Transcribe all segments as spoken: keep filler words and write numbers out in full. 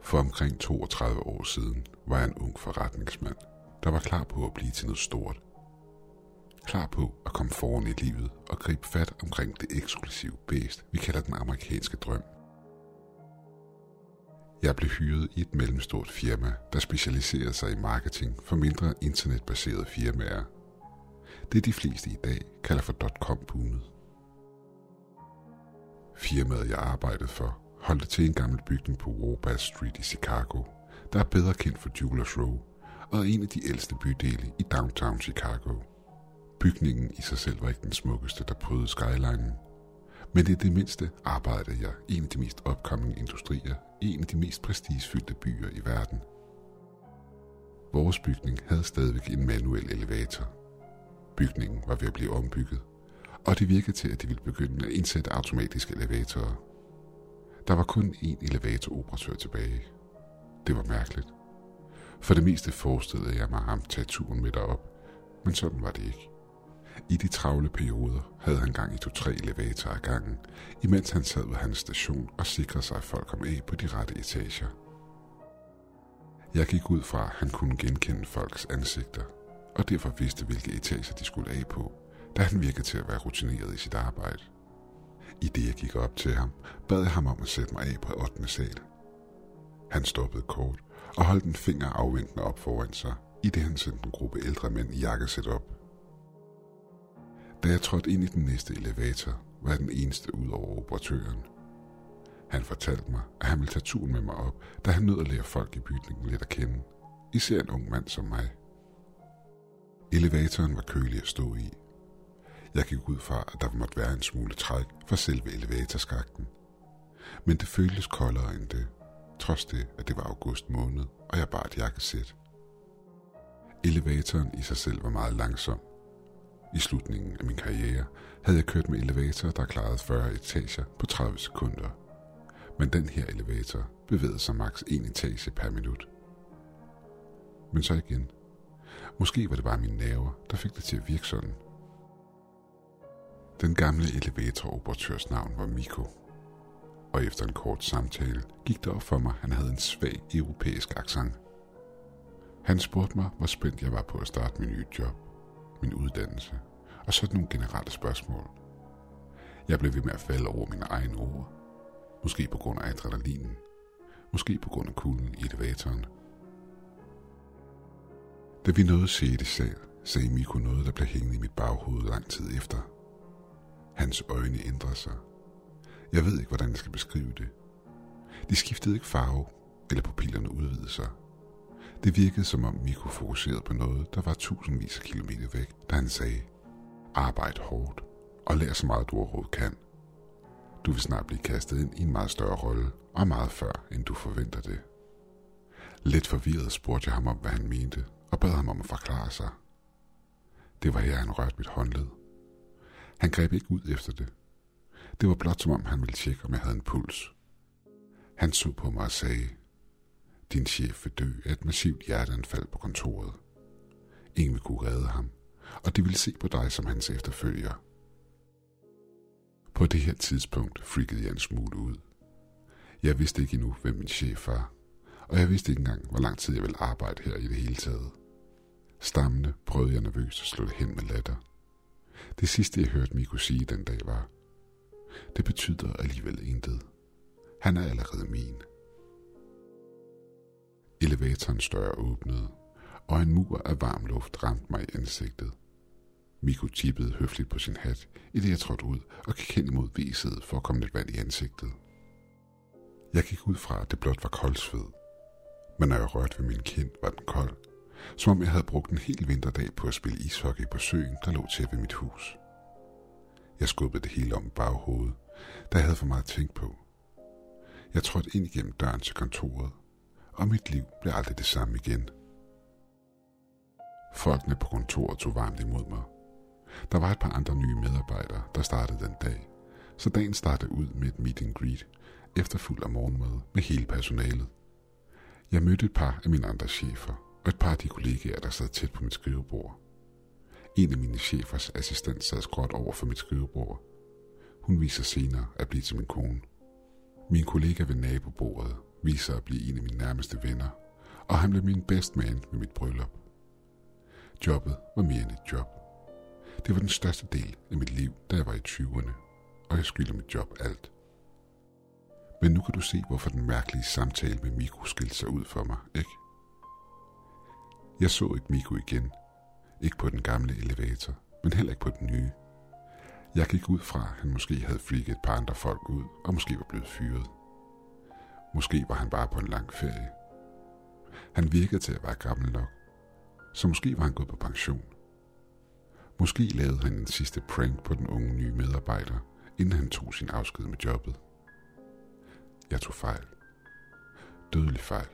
For omkring toogtredive år siden var jeg en ung forretningsmand, der var klar på at blive til noget stort. Klar på at komme foran i livet og gribe fat omkring det eksklusive bæst, vi kalder den amerikanske drøm. Jeg blev hyret i et mellemstort firma, der specialiserede sig i marketing for mindre internetbaserede firmaer. Det de fleste i dag kalder for dot-com-boomet. Firmaet, jeg arbejdede for, holdte til en gammel bygning på Wabash Street i Chicago, der er bedre kendt for Jewelers Row, og er en af de ældste bydele i downtown Chicago. Bygningen i sig selv var ikke den smukkeste, der prøvede skylinen, men i det mindste arbejdede jeg i en af de mest opkommende industrier i en af de mest prestigefyldte byer i verden. Vores bygning havde stadigvæk en manuel elevator. Bygningen var ved at blive ombygget, og det virkede til, at de ville begynde at indsætte automatiske elevatorer. Der var kun én elevatoroperatør tilbage. Det var mærkeligt. For det meste forestillede jeg mig ham tage turen med derop, men sådan var det ikke. I de travle perioder havde han gang i to-tre elevatorer ad gangen, imens han sad ved hans station og sikrede sig, at folk kom af på de rette etager. Jeg gik ud fra, at han kunne genkende folks ansigter, og derfor vidste, hvilke etager de skulle af på, da han virkede til at være rutineret i sit arbejde. I det jeg gik op til ham, bad jeg ham om at sætte mig af på ottende sal. Han stoppede kort og holdt en finger afventende op foran sig, i det han sendte en gruppe ældre mænd i jakkesæt op. Da jeg trådte ind i den næste elevator, var jeg den eneste ud over operatøren. Han fortalte mig, at han ville tage turen med mig op, da han nød at lære folk i bygningen lidt at kende, især en ung mand som mig. Elevatoren var kølig at stå i. Jeg gik ud fra, at der måtte være en smule træk for selve elevatorskakten. Men det føltes koldere end det, trods det, at det var august måned, og jeg bar et jakkesæt. Elevatoren i sig selv var meget langsom. I slutningen af min karriere havde jeg kørt med elevatorer, der klarede fyrre etager på tredive sekunder. Men den her elevator bevægede sig maks en etage per minut. Men så igen. Måske var det bare mine nerver, der fik det til at virke sådan. Den gamle elevatoroperatørs navn var Miko, og efter en kort samtale gik det op for mig, at han havde en svag europæisk accent. Han spurgte mig, hvor spændt jeg var på at starte min nye job, min uddannelse og sådan nogle generelle spørgsmål. Jeg blev ved med at falde over mine egne ord, måske på grund af adrenalinen, måske på grund af kulden i elevatoren. Da vi nåede sjette sal, sagde Miko noget, der blev hængende i mit baghoved lang tid efter. Hans øjne ændrede sig. Jeg ved ikke, hvordan jeg skal beskrive det. De skiftede ikke farve, eller pupillerne udvidede sig. Det virkede, som om Miko fokuserede på noget, der var tusindvis af kilometer væk, da han sagde: "Arbejd hårdt, og lær så meget du overhovedet kan. Du vil snart blive kastet ind i en meget større rolle, og meget før, end du forventer det." Lidt forvirret spurgte jeg ham om, hvad han mente, og bad ham om at forklare sig. Det var her, han rørte mit håndled. Han greb ikke ud efter det. Det var blot som om, han ville tjekke, om jeg havde en puls. Han så på mig og sagde: "Din chef vil dø af et massivt hjerteanfald på kontoret. Ingen vil kunne redde ham, og de vil se på dig som hans efterfølger." På det her tidspunkt freakede jeg en smule ud. Jeg vidste ikke endnu, hvem min chef var, og jeg vidste ikke engang, hvor lang tid jeg ville arbejde her i det hele taget. Stammende prøvede jeg nervøst at slå det hen med latter. Det sidste, jeg hørte Miko sige den dag var: "Det betyder alligevel intet. Han er allerede min." Elevatorens dør åbnede, og en mur af varm luft ramte mig i ansigtet. Miko tippede høfligt på sin hat, i det jeg trådte ud og gik hen imod V-sædet for at komme lidt vand i ansigtet. Jeg gik ud fra, at det blot var koldsved, men når jeg rørte ved min kind, var den kold, som om jeg havde brugt en hel vinterdag på at spille ishockey på søen, der lå til ved mit hus. Jeg skubbede det hele om i baghovedet, da jeg havde for meget at tænke på. Jeg trådte ind igennem døren til kontoret, og mit liv blev aldrig det samme igen. Folkene på kontoret tog varmt imod mig. Der var et par andre nye medarbejdere, der startede den dag, så dagen startede ud med et meet and greet, efterfulgt af morgenmad med hele personalet. Jeg mødte et par af mine andre chefer, og et par af de kollegaer, der sad tæt på mit skrivebord. En af mine chefers assistent sad skråt over for mit skrivebord. Hun viser senere at blive til min kone. Min kollega ved nabobordet viste sig at blive en af mine nærmeste venner, og han blev min best man ved mit bryllup. Jobbet var mere end et job. Det var den største del af mit liv, da jeg var i tyverne, og jeg skylder mit job alt. Men nu kan du se, hvorfor den mærkelige samtale med Mikko skilte sig ud for mig, ikke? Jeg så ikke Mikko igen. Ikke på den gamle elevator, men heller ikke på den nye. Jeg gik ud fra, at han måske havde freaket et par andre folk ud, og måske var blevet fyret. Måske var han bare på en lang ferie. Han virkede til at være gammel nok, så måske var han gået på pension. Måske lavede han en sidste prank på den unge nye medarbejder, inden han tog sin afsked med jobbet. Jeg tog fejl. Dødelig fejl.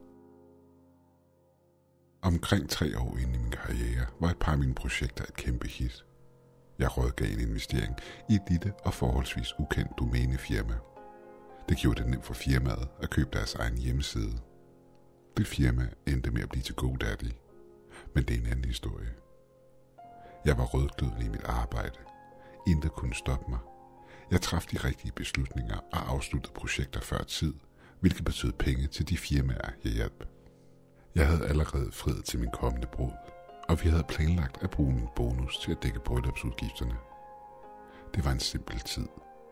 Omkring tre år inde i min karriere var et par af mine projekter et kæmpe hit. Jeg rådgav en investering i et lille og forholdsvis ukendt domænefirma. Det gjorde det nemt for firmaet at købe deres egen hjemmeside. Det firma endte med at blive til GoDaddy, men det er en anden historie. Jeg var rødglødende i mit arbejde. Intet kunne stoppe mig. Jeg traf de rigtige beslutninger og afsluttede projekter før tid, hvilket betød penge til de firmaer, jeg hjalp. Jeg havde allerede friet til min kommende brud, og vi havde planlagt at bruge min bonus til at dække bryllupsudgifterne. Det var en simpel tid.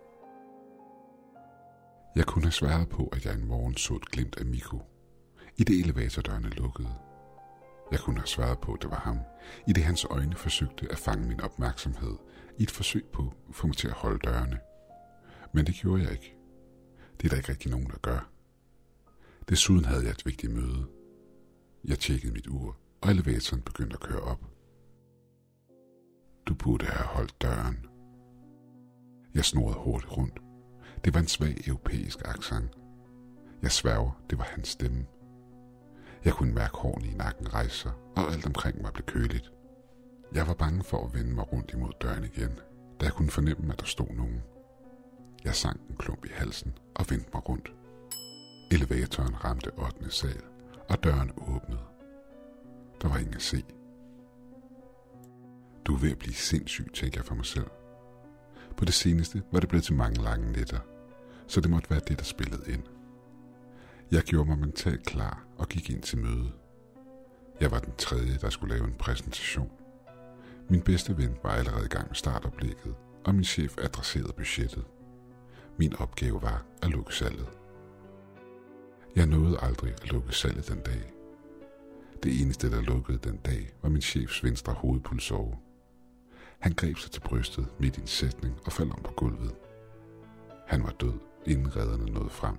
Jeg kunne have svaret på, at jeg en morgen så et glimt af Mikko, i det elevatordørene lukkede. Jeg kunne have svaret på, at det var ham, i det hans øjne forsøgte at fange min opmærksomhed i et forsøg på at få mig til at holde dørene. Men det gjorde jeg ikke. Det er der ikke rigtig nogen, der gør. Desuden havde jeg et vigtigt møde. Jeg tjekkede mit ur, og elevatoren begyndte at køre op. Du burde have holdt døren. Jeg snurrede hurtigt rundt. Det var en svag europæisk accent. Jeg sværger, det var hans stemme. Jeg kunne mærke hårene i nakken rejse sig, og alt omkring mig blev køligt. Jeg var bange for at vende mig rundt imod døren igen, da jeg kunne fornemme, at der stod nogen. Jeg sank en klump i halsen og vendte mig rundt. Elevatoren ramte ottende sal, og døren åbnede. Der var ingen at se. Du er ved at blive sindssyg, tænkte jeg for mig selv. På det seneste var det blevet til mange lange nætter, så det måtte være det, der spillede ind. Jeg gjorde mig mentalt klar og gik ind til møde. Jeg var den tredje, der skulle lave en præsentation. Min bedste ven var allerede i gang med startoplægget, og min chef adresserede budgettet. Min opgave var at lukke salget. Jeg nåede aldrig at lukke salget den dag. Det eneste, der lukkede den dag, var min chefs venstre hovedpulsåre. Han greb sig til brystet midt i en sætning og faldt om på gulvet. Han var død, inden redderne nåede frem.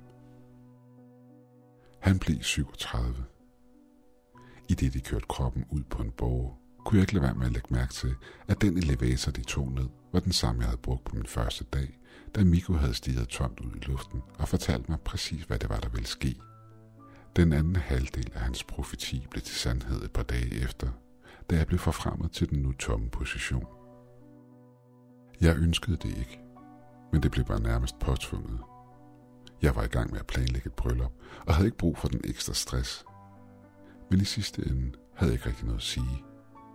Han blev syvogtredive. I det de kørte kroppen ud på en borg, kunne jeg ikke lade være med at lægge mærke til, at den elevator, de tog ned, var den samme, jeg havde brugt på min første dag, da Mikko havde stirret tomt ud i luften og fortalt mig præcis, hvad det var, der ville ske. Den anden halvdel af hans profeti blev til sandhed et par dage efter, da jeg blev forfremmet til den nu tomme position. Jeg ønskede det ikke, men det blev bare nærmest påtvunget. Jeg var i gang med at planlægge et bryllup, og havde ikke brug for den ekstra stress. Men i sidste ende havde jeg ikke rigtig noget at sige.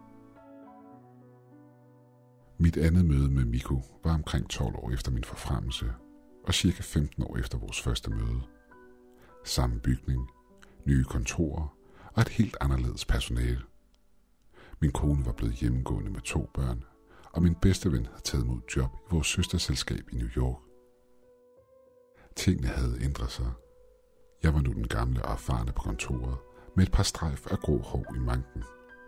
Mit andet møde med Mikko var omkring tolv år efter min forfremmelse, og cirka femten år efter vores første møde. Samme bygning, nye kontorer og et helt anderledes personale. Min kone var blevet hjemmegående med to børn, og min bedste ven havde taget mod job i vores søsterselskab i New York. Tingene havde ændret sig. Jeg var nu den gamle og erfarne på kontoret, med et par strejf af grå hår i manken.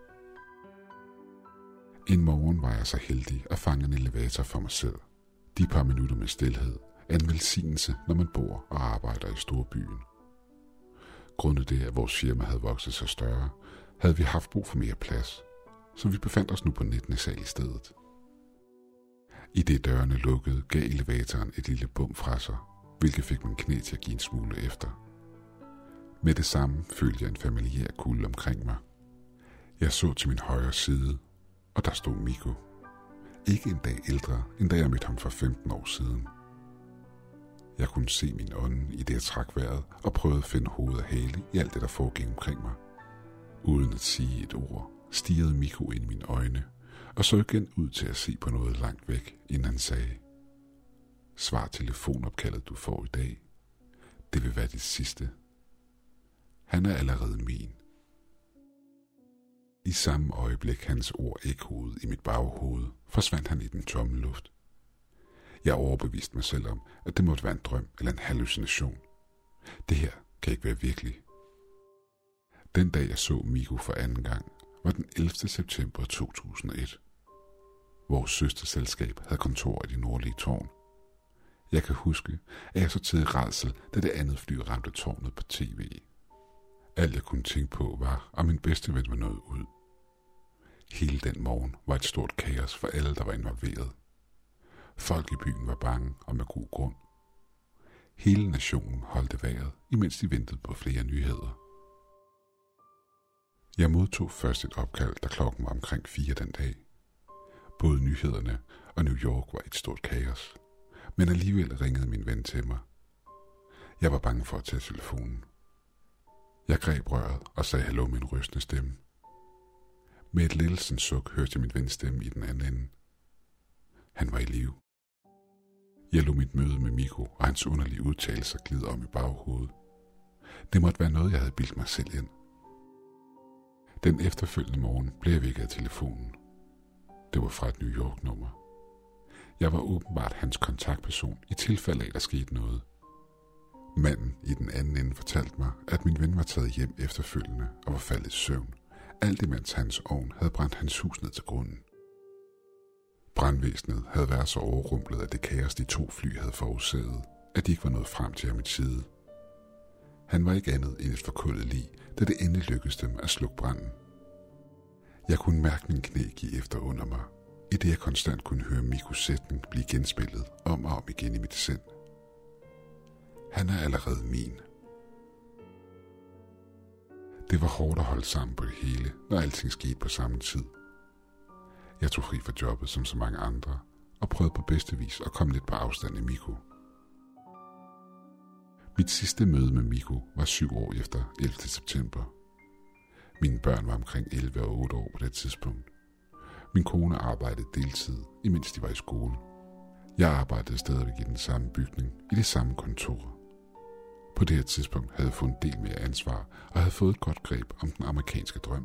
En morgen var jeg så heldig at fange en elevator for mig selv. De par minutter med stilhed er en velsignelse, når man bor og arbejder i storbyen. Grundet det, at vores firma havde vokset sig større, havde vi haft brug for mere plads, så vi befandt os nu på nittende sal i stedet. I det dørene lukkede, gav elevatoren et lille bum fra sig, hvilket fik min knæ til at give en smule efter. Med det samme følte jeg en familiær kulde omkring mig. Jeg så til min højre side, og der stod Mikko. Ikke en dag ældre, end da jeg mødte ham for femten år siden. Jeg kunne se min ånde i det, jeg trak vejret, og prøvede at finde hoved og hale i alt det, der foregik omkring mig. Uden at sige et ord, stirrede Mikko ind i mine øjne, og så igen ud til at se på noget langt væk, inden han sagde: Svar telefonopkaldet, du får i dag. Det vil være det sidste, Han er allerede min. I samme øjeblik hans ord ekkoede i mit baghoved, forsvandt han i den tomme luft. Jeg overbeviste mig selv om, at det måtte være en drøm eller en hallucination. Det her kan ikke være virkelig. Den dag jeg så Miko for anden gang, var den ellevte september to tusind og et. Vores søsterselskab havde kontor i det nordlige tårn. Jeg kan huske, at jeg så til i rædsel, da det andet fly ramte tårnet på tv. Alt jeg kunne tænke på var, om min bedste ven var nået ud. Hele den morgen var et stort kaos for alle, der var involveret. Folk i byen var bange, og med god grund. Hele nationen holdte vejret, imens de ventede på flere nyheder. Jeg modtog først et opkald, da klokken var omkring fire den dag. Både nyhederne og New York var et stort kaos, men alligevel ringede min ven til mig. Jeg var bange for at tage telefonen. Jeg greb røret og sagde hallo med en rystende stemme. Med et lettelsens suk hørte jeg min vens stemme i den anden ende. Han var i live. Jeg lod mit møde med Miko og hans underlige udtalelser glide om i baghovedet. Det måtte være noget, jeg havde bildt mig selv ind. Den efterfølgende morgen blev jeg vækket af telefonen. Det var fra et New York-nummer. Jeg var åbenbart hans kontaktperson i tilfælde af, der skete noget. Manden i den anden ende fortalte mig, at min ven var taget hjem efterfølgende og var faldet i søvn, alt imens hans ovn havde brændt hans hus ned til grunden. Brandvæsenet havde været så overrumplet af det kaos, de to fly havde forårsaget, at de ikke var nået frem til ham i tide. Han var ikke andet end et forkullet lig, da det endelig lykkedes dem at slukke branden. Jeg kunne mærke min knæ give efter under mig, i det jeg konstant kunne høre Mikos sætning blive genspillet om og om igen i mit sind. Han er allerede min. Det var hårdt at holde sammen på det hele, når alting skete på samme tid. Jeg tog fri fra jobbet som så mange andre, og prøvede på bedste vis at komme lidt på afstand af Miko. Mit sidste møde med Miko var syv år efter ellevte september. Mine børn var omkring elleve og otte år på det tidspunkt. Min kone arbejdede deltid, imens de var i skole. Jeg arbejdede stadigvæk i den samme bygning, i det samme kontor. På det her tidspunkt havde jeg fået en del mere ansvar, og havde fået et godt greb om den amerikanske drøm.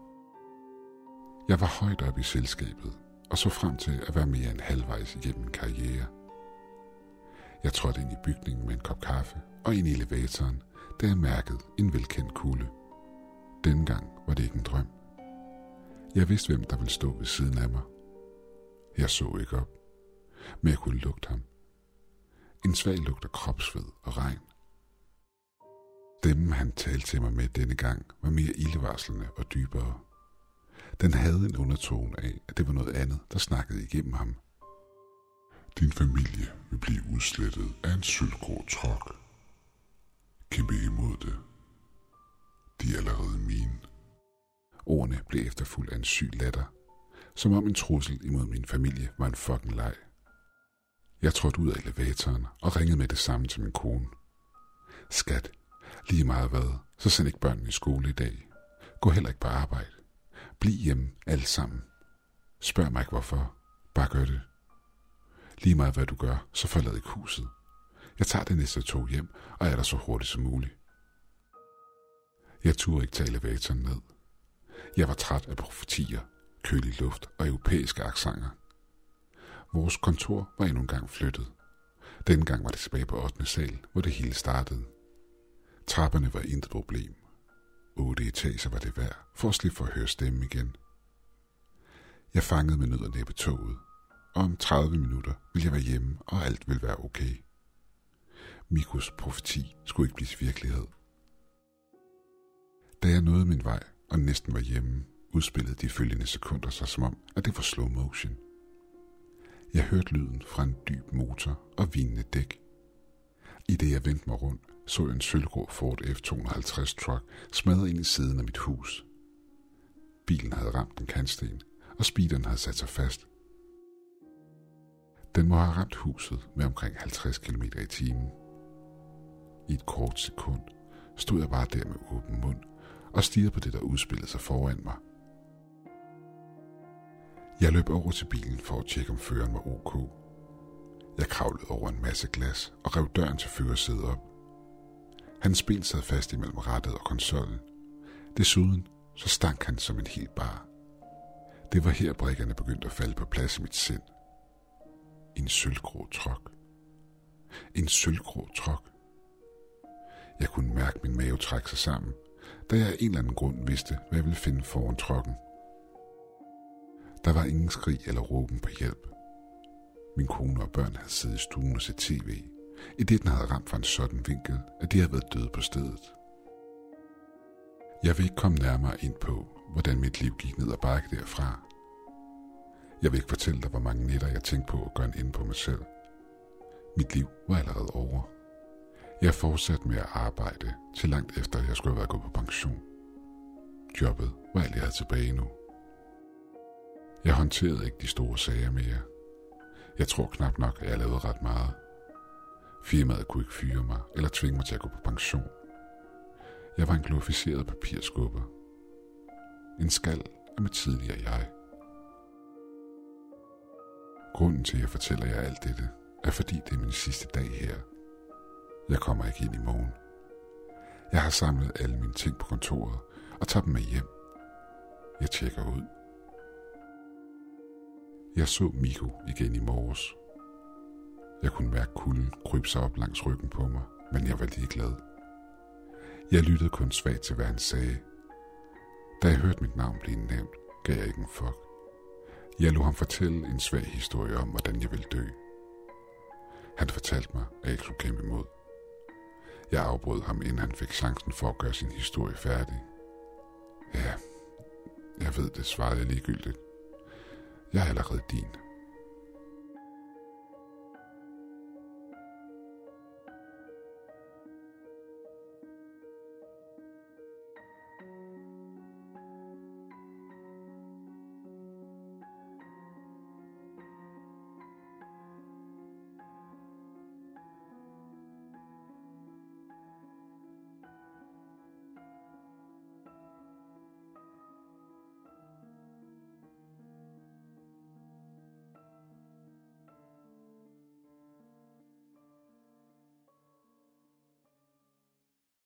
Jeg var højt oppe i selskabet, og så frem til at være mere end halvvejs igennem min karriere. Jeg trådte ind i bygningen med en kop kaffe og ind i elevatoren, da jeg mærkede en velkendt kulde. Denne gang var det ikke en drøm. Jeg vidste, hvem der ville stå ved siden af mig. Jeg så ikke op, men jeg kunne lugte ham. En svag lugt af kropsved og regn. Stemmen, han talte til mig med denne gang, var mere ildevarslende og dybere. Den havde en undertone af, at det var noget andet, der snakkede igennem ham. Din familie vil blive udslettet af en sølvgrå trok. Kæmpe imod det. De er allerede mine. Ordene blev efterfulgt af en syg latter, som om en trussel imod min familie var en fucking leg. Jeg trådte ud af elevatoren og ringede med det samme til min kone. Skat, lige meget hvad, så send ikke børnene i skole i dag. Gå heller ikke på arbejde. Bliv hjemme alle sammen. Spørg mig ikke hvorfor. Bare gør det. Lige meget hvad du gør, så forlad ikke huset. Jeg tager det næste tog hjem og er der så hurtigt som muligt. Jeg turde ikke tage elevatoren ned. Jeg var træt af profetier, kølig luft og europæiske accenter. Vores kontor var endnu en gang flyttet. Denne gang var det tilbage på ottende sal, hvor det hele startede. Trapperne var intet problem. Otte etager var det værd, for at slippe for at høre stemmen igen. Jeg fangede med nød og næppe toget, og om tredive minutter ville jeg være hjemme, og alt ville være okay. Mikos profeti skulle ikke blive til virkelighed. Da jeg nåede min vej og næsten var hjemme, udspillede de følgende sekunder sig som om, at det var slow motion. Jeg hørte lyden fra en dyb motor og hvinende dæk. I det jeg vendte mig rundt, så jeg en sølvgrå Ford F to halvtreds truck smadret ind i siden af mit hus. Bilen havde ramt en kantsten, og speederen havde sat sig fast. Den må have ramt huset med omkring halvtreds kilometer i timen. I et kort sekund stod jeg bare der med åben mund og stirrede på det, der udspillede sig foran mig. Jeg løb over til bilen for at tjekke, om føreren var ok. Jeg kravlede over en masse glas og rev døren til førersædet op. Hans ben sad fast imellem rattet og konsollen. Desuden så stank han som en helt bar. Det var her brikkerne begyndte at falde på plads i mit sind. En sølvgrå truck. En sølvgrå truck. Jeg kunne mærke min mave trække sig sammen, da jeg af en eller anden grund vidste, hvad jeg ville finde foran trucken. Der var ingen skrig eller råben på hjælp. Min kone og børn havde siddet i stuen og set tv, i det den havde ramt fra en sådan vinkel, at de havde været døde på stedet. Jeg vil ikke komme nærmere ind på, hvordan mit liv gik ned ad bakke derfra. Jeg vil ikke fortælle dig, hvor mange nætter jeg tænkte på at gøre en ende på mig selv. Mit liv var allerede over. Jeg fortsatte med at arbejde, til langt efter jeg skulle have været gået på pension. Jobbet var alt jeg havde tilbage nu. Jeg håndterede ikke de store sager mere. Jeg tror knap nok, at jeg lavede ret meget. Firmaet kunne ikke fyre mig eller tvinge mig til at gå på pension. Jeg var en glorificeret papirskubber. En skal af mit tidligere jeg. Grunden til, at jeg fortæller jer alt dette, er fordi det er min sidste dag her. Jeg kommer ikke ind i morgen. Jeg har samlet alle mine ting på kontoret og tager dem med hjem. Jeg tjekker ud. Jeg så Miko igen i morges. Jeg kunne mærke kulden krybe sig op langs ryggen på mig, men jeg var ligeglad. Jeg lyttede kun svagt til, hvad han sagde. Da jeg hørte mit navn blive nævnt, gav jeg ikke en fuck. Jeg lod ham fortælle en svag historie om, hvordan jeg ville dø. Han fortalte mig, at jeg ikke skulle kæmpe imod. Jeg afbrød ham, inden han fik chancen for at gøre sin historie færdig. Ja, jeg ved det, svarede jeg ligegyldigt. Jeg er allerede din.